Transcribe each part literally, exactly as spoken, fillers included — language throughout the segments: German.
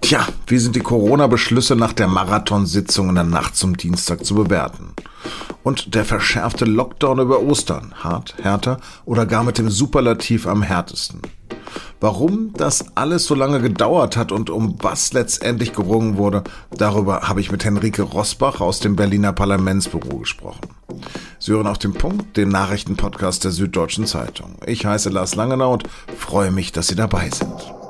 Tja, wie sind die Corona-Beschlüsse nach der Marathonsitzung in der Nacht zum Dienstag zu bewerten? Und der verschärfte Lockdown über Ostern, hart, härter oder gar mit dem Superlativ am härtesten? Warum das alles so lange gedauert hat und um was letztendlich gerungen wurde, darüber habe ich mit Henrike Rosbach aus dem Berliner Parlamentsbüro gesprochen. Sie hören auf den Punkt, den Nachrichtenpodcast der Süddeutschen Zeitung. Ich heiße Lars Langenau und freue mich, dass Sie dabei sind.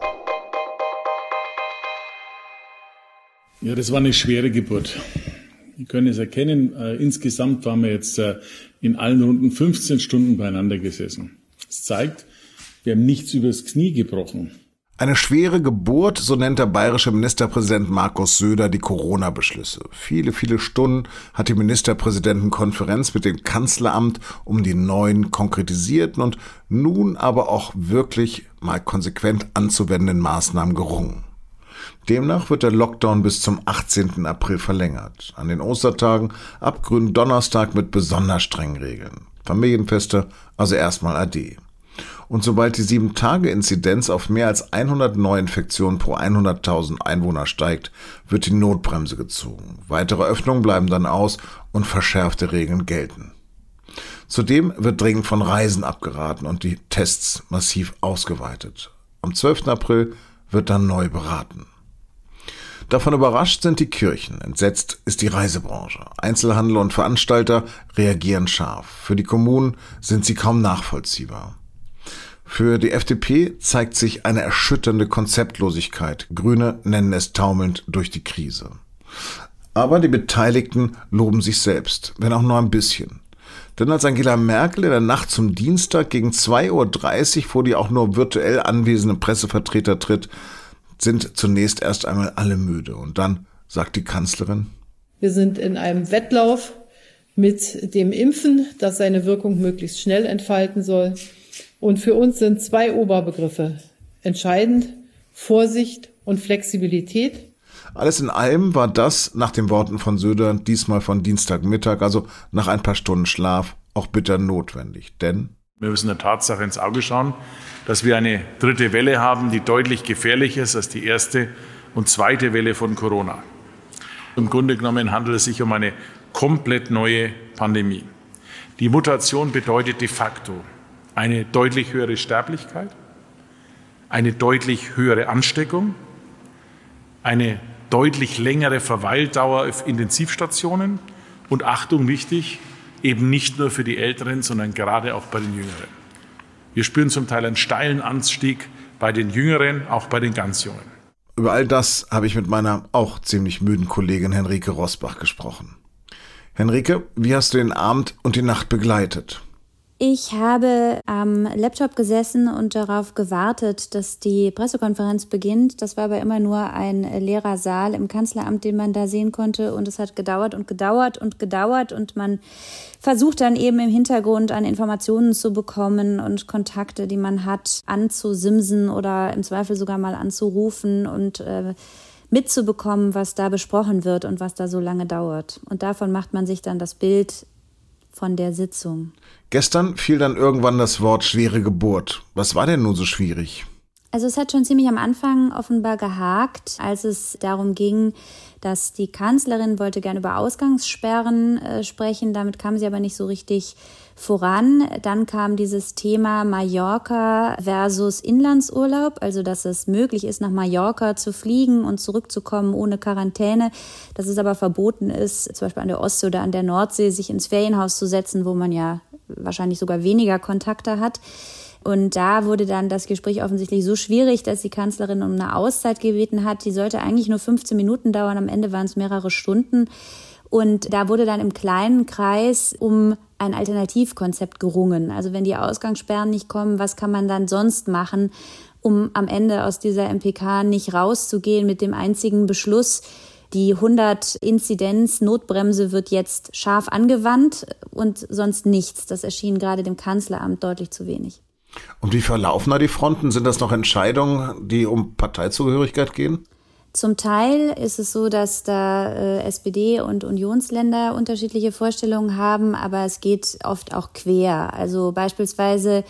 Ja, das war eine schwere Geburt. Sie können es erkennen, äh, insgesamt waren wir jetzt äh, in allen Runden fünfzehn Stunden beieinander gesessen. Das zeigt, wir haben nichts übers Knie gebrochen. Eine schwere Geburt, so nennt der bayerische Ministerpräsident Markus Söder die Corona-Beschlüsse. Viele, viele Stunden hat die Ministerpräsidentenkonferenz mit dem Kanzleramt um die neuen konkretisierten und nun aber auch wirklich mal konsequent anzuwendenden Maßnahmen gerungen. Demnach wird der Lockdown bis zum achtzehnten April verlängert. An den Ostertagen ab Gründonnerstag mit besonders strengen Regeln. Familienfeste, also erstmal Ade. Und sobald die sieben Tage Inzidenz auf mehr als hundert Neuinfektionen pro hunderttausend Einwohner steigt, wird die Notbremse gezogen. Weitere Öffnungen bleiben dann aus und verschärfte Regeln gelten. Zudem wird dringend von Reisen abgeraten und die Tests massiv ausgeweitet. Am zwölften April wird dann neu beraten. Davon überrascht sind die Kirchen, entsetzt ist die Reisebranche. Einzelhandel und Veranstalter reagieren scharf. Für die Kommunen sind sie kaum nachvollziehbar. Für die F D P zeigt sich eine erschütternde Konzeptlosigkeit. Grüne nennen es taumelnd durch die Krise. Aber die Beteiligten loben sich selbst, wenn auch nur ein bisschen. Denn als Angela Merkel in der Nacht zum Dienstag gegen zwei Uhr dreißig vor die auch nur virtuell anwesenden Pressevertreter tritt, sind zunächst erst einmal alle müde. Und dann sagt die Kanzlerin: Wir sind in einem Wettlauf mit dem Impfen, das seine Wirkung möglichst schnell entfalten soll. Und für uns sind zwei Oberbegriffe entscheidend: Vorsicht und Flexibilität. Alles in allem war das, nach den Worten von Söder, diesmal von Dienstagmittag, also nach ein paar Stunden Schlaf, auch bitter notwendig. Denn wir müssen der Tatsache ins Auge schauen, dass wir eine dritte Welle haben, die deutlich gefährlicher ist als die erste und zweite Welle von Corona. Im Grunde genommen handelt es sich um eine komplett neue Pandemie. Die Mutation bedeutet de facto eine deutlich höhere Sterblichkeit, eine deutlich höhere Ansteckung, eine deutlich längere Verweildauer auf Intensivstationen und, Achtung, wichtig, eben nicht nur für die Älteren, sondern gerade auch bei den Jüngeren. Wir spüren zum Teil einen steilen Anstieg bei den Jüngeren, auch bei den ganz Jungen. Über all das habe ich mit meiner auch ziemlich müden Kollegin Henrike Rosbach gesprochen. Henrike, wie hast du den Abend und die Nacht begleitet? Ich habe am Laptop gesessen und darauf gewartet, dass die Pressekonferenz beginnt. Das war aber immer nur ein leerer Saal im Kanzleramt, den man da sehen konnte. Und es hat gedauert und gedauert und gedauert. Und man versucht dann eben im Hintergrund an Informationen zu bekommen und Kontakte, die man hat, anzusimsen oder im Zweifel sogar mal anzurufen und äh, mitzubekommen, was da besprochen wird und was da so lange dauert. Und davon macht man sich dann das Bild von der Sitzung. Gestern fiel dann irgendwann das Wort schwere Geburt. Was war denn nun so schwierig? Also es hat schon ziemlich am Anfang offenbar gehakt, als es darum ging, dass die Kanzlerin wollte gerne über Ausgangssperren äh, sprechen. Damit kam sie aber nicht so richtig voran. Dann kam dieses Thema Mallorca versus Inlandsurlaub, also dass es möglich ist, nach Mallorca zu fliegen und zurückzukommen ohne Quarantäne, dass es aber verboten ist, zum Beispiel an der Ostsee oder an der Nordsee, sich ins Ferienhaus zu setzen, wo man ja wahrscheinlich sogar weniger Kontakte hat. Und da wurde dann das Gespräch offensichtlich so schwierig, dass die Kanzlerin um eine Auszeit gebeten hat. Die sollte eigentlich nur fünfzehn Minuten dauern, am Ende waren es mehrere Stunden. Und da wurde dann im kleinen Kreis um ein Alternativkonzept gerungen. Also wenn die Ausgangssperren nicht kommen, was kann man dann sonst machen, um am Ende aus dieser M P K nicht rauszugehen mit dem einzigen Beschluss: Die hundert Inzidenz Notbremse wird jetzt scharf angewandt und sonst nichts. Das erschien gerade dem Kanzleramt deutlich zu wenig. Und wie verlaufen da die Fronten? Sind das noch Entscheidungen, die um Parteizugehörigkeit gehen? Zum Teil ist es so, dass da äh, S P D und Unionsländer unterschiedliche Vorstellungen haben, aber es geht oft auch quer. Also beispielsweise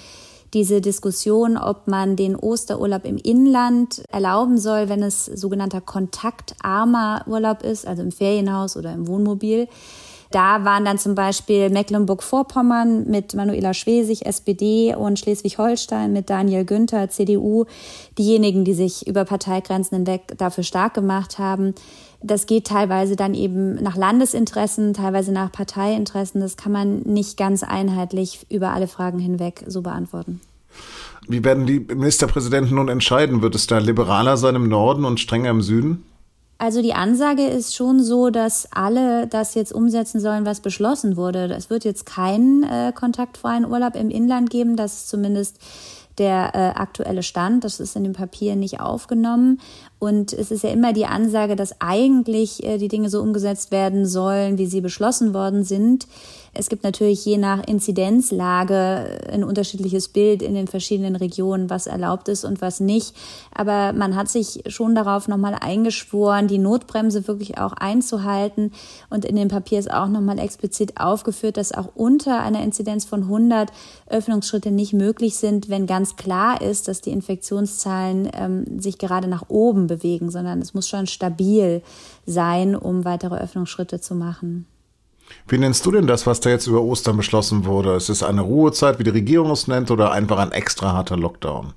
diese Diskussion, ob man den Osterurlaub im Inland erlauben soll, wenn es sogenannter kontaktarmer Urlaub ist, also im Ferienhaus oder im Wohnmobil. Da waren dann zum Beispiel Mecklenburg-Vorpommern mit Manuela Schwesig, S P D, und Schleswig-Holstein mit Daniel Günther, C D U, diejenigen, die sich über Parteigrenzen hinweg dafür stark gemacht haben. Das geht teilweise dann eben nach Landesinteressen, teilweise nach Parteiinteressen. Das kann man nicht ganz einheitlich über alle Fragen hinweg so beantworten. Wie werden die Ministerpräsidenten nun entscheiden? Wird es da liberaler sein im Norden und strenger im Süden? Also die Ansage ist schon so, dass alle das jetzt umsetzen sollen, was beschlossen wurde. Es wird jetzt keinen äh, kontaktfreien Urlaub im Inland geben. Das ist zumindest der äh, aktuelle Stand. Das ist in dem Papier nicht aufgenommen. Und es ist ja immer die Ansage, dass eigentlich äh, die Dinge so umgesetzt werden sollen, wie sie beschlossen worden sind. Es gibt natürlich je nach Inzidenzlage ein unterschiedliches Bild in den verschiedenen Regionen, was erlaubt ist und was nicht. Aber man hat sich schon darauf nochmal eingeschworen, die Notbremse wirklich auch einzuhalten. Und in dem Papier ist auch nochmal explizit aufgeführt, dass auch unter einer Inzidenz von hundert Öffnungsschritte nicht möglich sind, wenn ganz klar ist, dass die Infektionszahlen ähm, sich gerade nach oben bewegen, sondern es muss schon stabil sein, um weitere Öffnungsschritte zu machen. Wie nennst du denn das, was da jetzt über Ostern beschlossen wurde? Ist es eine Ruhezeit, wie die Regierung es nennt, oder einfach ein extra harter Lockdown?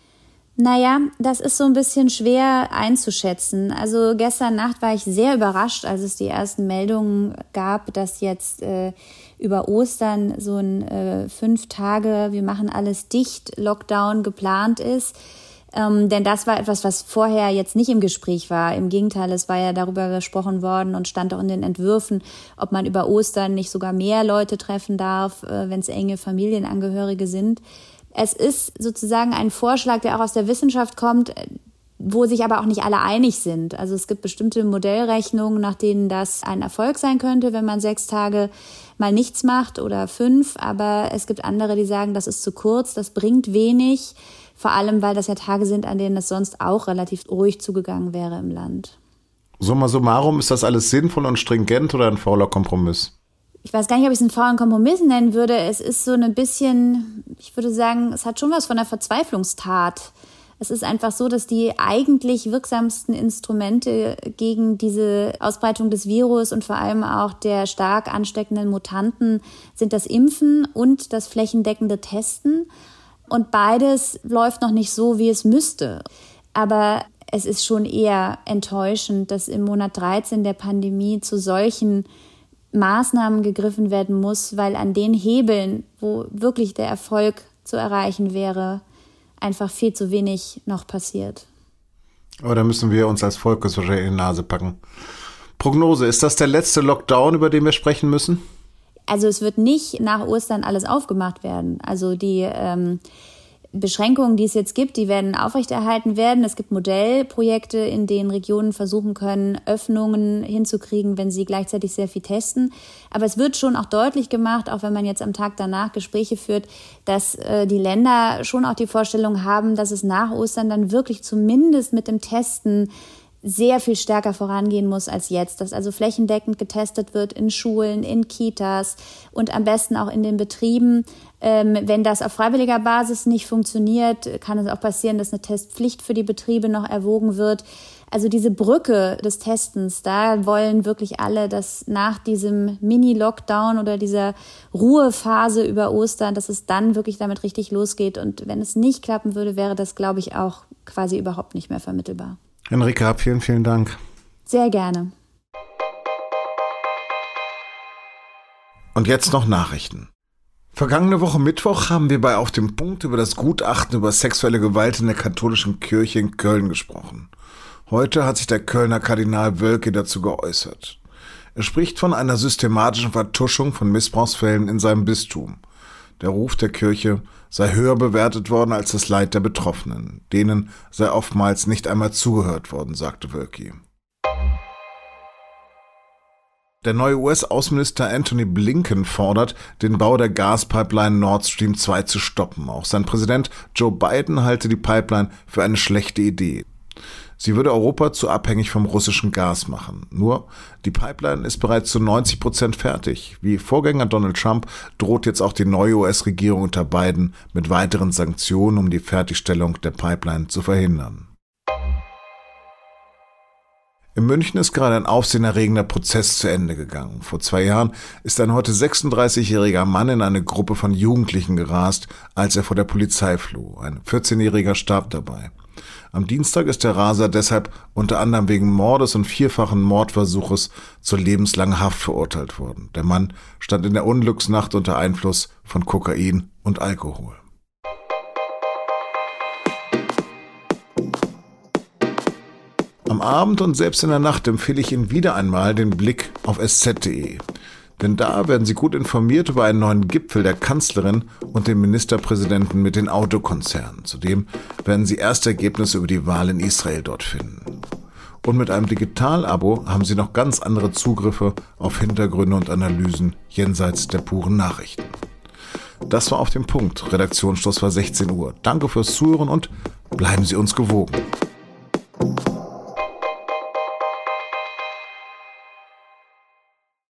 Naja, das ist so ein bisschen schwer einzuschätzen. Also gestern Nacht war ich sehr überrascht, als es die ersten Meldungen gab, dass jetzt äh, über Ostern so ein äh, fünf Tage, wir machen alles dicht, Lockdown geplant ist. Ähm, denn das war etwas, was vorher jetzt nicht im Gespräch war. Im Gegenteil, es war ja darüber gesprochen worden und stand auch in den Entwürfen, ob man über Ostern nicht sogar mehr Leute treffen darf, äh, wenn es enge Familienangehörige sind. Es ist sozusagen ein Vorschlag, der auch aus der Wissenschaft kommt, wo sich aber auch nicht alle einig sind. Also es gibt bestimmte Modellrechnungen, nach denen das ein Erfolg sein könnte, wenn man sechs Tage mal nichts macht oder fünf. Aber es gibt andere, die sagen, das ist zu kurz, das bringt wenig. Vor allem, weil das ja Tage sind, an denen es sonst auch relativ ruhig zugegangen wäre im Land. Summa summarum, ist das alles sinnvoll und stringent oder ein fauler Kompromiss? Ich weiß gar nicht, ob ich es einen faulen Kompromiss nennen würde. Es ist so ein bisschen, ich würde sagen, es hat schon was von einer Verzweiflungstat. Es ist einfach so, dass die eigentlich wirksamsten Instrumente gegen diese Ausbreitung des Virus und vor allem auch der stark ansteckenden Mutanten sind das Impfen und das flächendeckende Testen. Und beides läuft noch nicht so, wie es müsste. Aber es ist schon eher enttäuschend, dass im Monat dreizehn der Pandemie zu solchen Maßnahmen gegriffen werden muss, weil an den Hebeln, wo wirklich der Erfolg zu erreichen wäre, einfach viel zu wenig noch passiert. Aber da müssen wir uns als Volk das wahrscheinlich in die Nase packen. Prognose, ist das der letzte Lockdown, über den wir sprechen müssen? Also es wird nicht nach Ostern alles aufgemacht werden. Also die ähm, Beschränkungen, die es jetzt gibt, die werden aufrechterhalten werden. Es gibt Modellprojekte, in denen Regionen versuchen können, Öffnungen hinzukriegen, wenn sie gleichzeitig sehr viel testen. Aber es wird schon auch deutlich gemacht, auch wenn man jetzt am Tag danach Gespräche führt, dass äh, die Länder schon auch die Vorstellung haben, dass es nach Ostern dann wirklich zumindest mit dem Testen sehr viel stärker vorangehen muss als jetzt, dass also flächendeckend getestet wird in Schulen, in Kitas und am besten auch in den Betrieben. Ähm, wenn das auf freiwilliger Basis nicht funktioniert, kann es auch passieren, dass eine Testpflicht für die Betriebe noch erwogen wird. Also diese Brücke des Testens, da wollen wirklich alle, dass nach diesem Mini-Lockdown oder dieser Ruhephase über Ostern, dass es dann wirklich damit richtig losgeht. Und wenn es nicht klappen würde, wäre das, glaube ich, auch quasi überhaupt nicht mehr vermittelbar. Henrike Rapp, vielen, vielen Dank. Sehr gerne. Und jetzt noch Nachrichten. Vergangene Woche Mittwoch haben wir bei Auf dem Punkt über das Gutachten über sexuelle Gewalt in der katholischen Kirche in Köln gesprochen. Heute hat sich der Kölner Kardinal Wölki dazu geäußert. Er spricht von einer systematischen Vertuschung von Missbrauchsfällen in seinem Bistum. Der Ruf der Kirche sei höher bewertet worden als das Leid der Betroffenen. Denen sei oftmals nicht einmal zugehört worden, sagte Wölki. Der neue U S-Außenminister Antony Blinken fordert, den Bau der Gaspipeline Nord Stream zwei zu stoppen. Auch sein Präsident Joe Biden halte die Pipeline für eine schlechte Idee. Sie würde Europa zu abhängig vom russischen Gas machen. Nur, die Pipeline ist bereits zu neunzig Prozent fertig. Wie Vorgänger Donald Trump droht jetzt auch die neue U S-Regierung unter Biden mit weiteren Sanktionen, um die Fertigstellung der Pipeline zu verhindern. In München ist gerade ein aufsehenerregender Prozess zu Ende gegangen. Vor zwei Jahren ist ein heute sechsunddreißigjähriger Mann in eine Gruppe von Jugendlichen gerast, als er vor der Polizei floh. Ein vierzehnjähriger starb dabei. Am Dienstag ist der Raser deshalb unter anderem wegen Mordes und vierfachen Mordversuches zur lebenslangen Haft verurteilt worden. Der Mann stand in der Unglücksnacht unter Einfluss von Kokain und Alkohol. Am Abend und selbst in der Nacht empfehle ich Ihnen wieder einmal den Blick auf S Z punkt de. Denn da werden Sie gut informiert über einen neuen Gipfel der Kanzlerin und den Ministerpräsidenten mit den Autokonzernen. Zudem werden Sie erste Ergebnisse über die Wahl in Israel dort finden. Und mit einem Digital-Abo haben Sie noch ganz andere Zugriffe auf Hintergründe und Analysen jenseits der puren Nachrichten. Das war Auf den Punkt. Redaktionsschluss war sechzehn Uhr. Danke fürs Zuhören und bleiben Sie uns gewogen.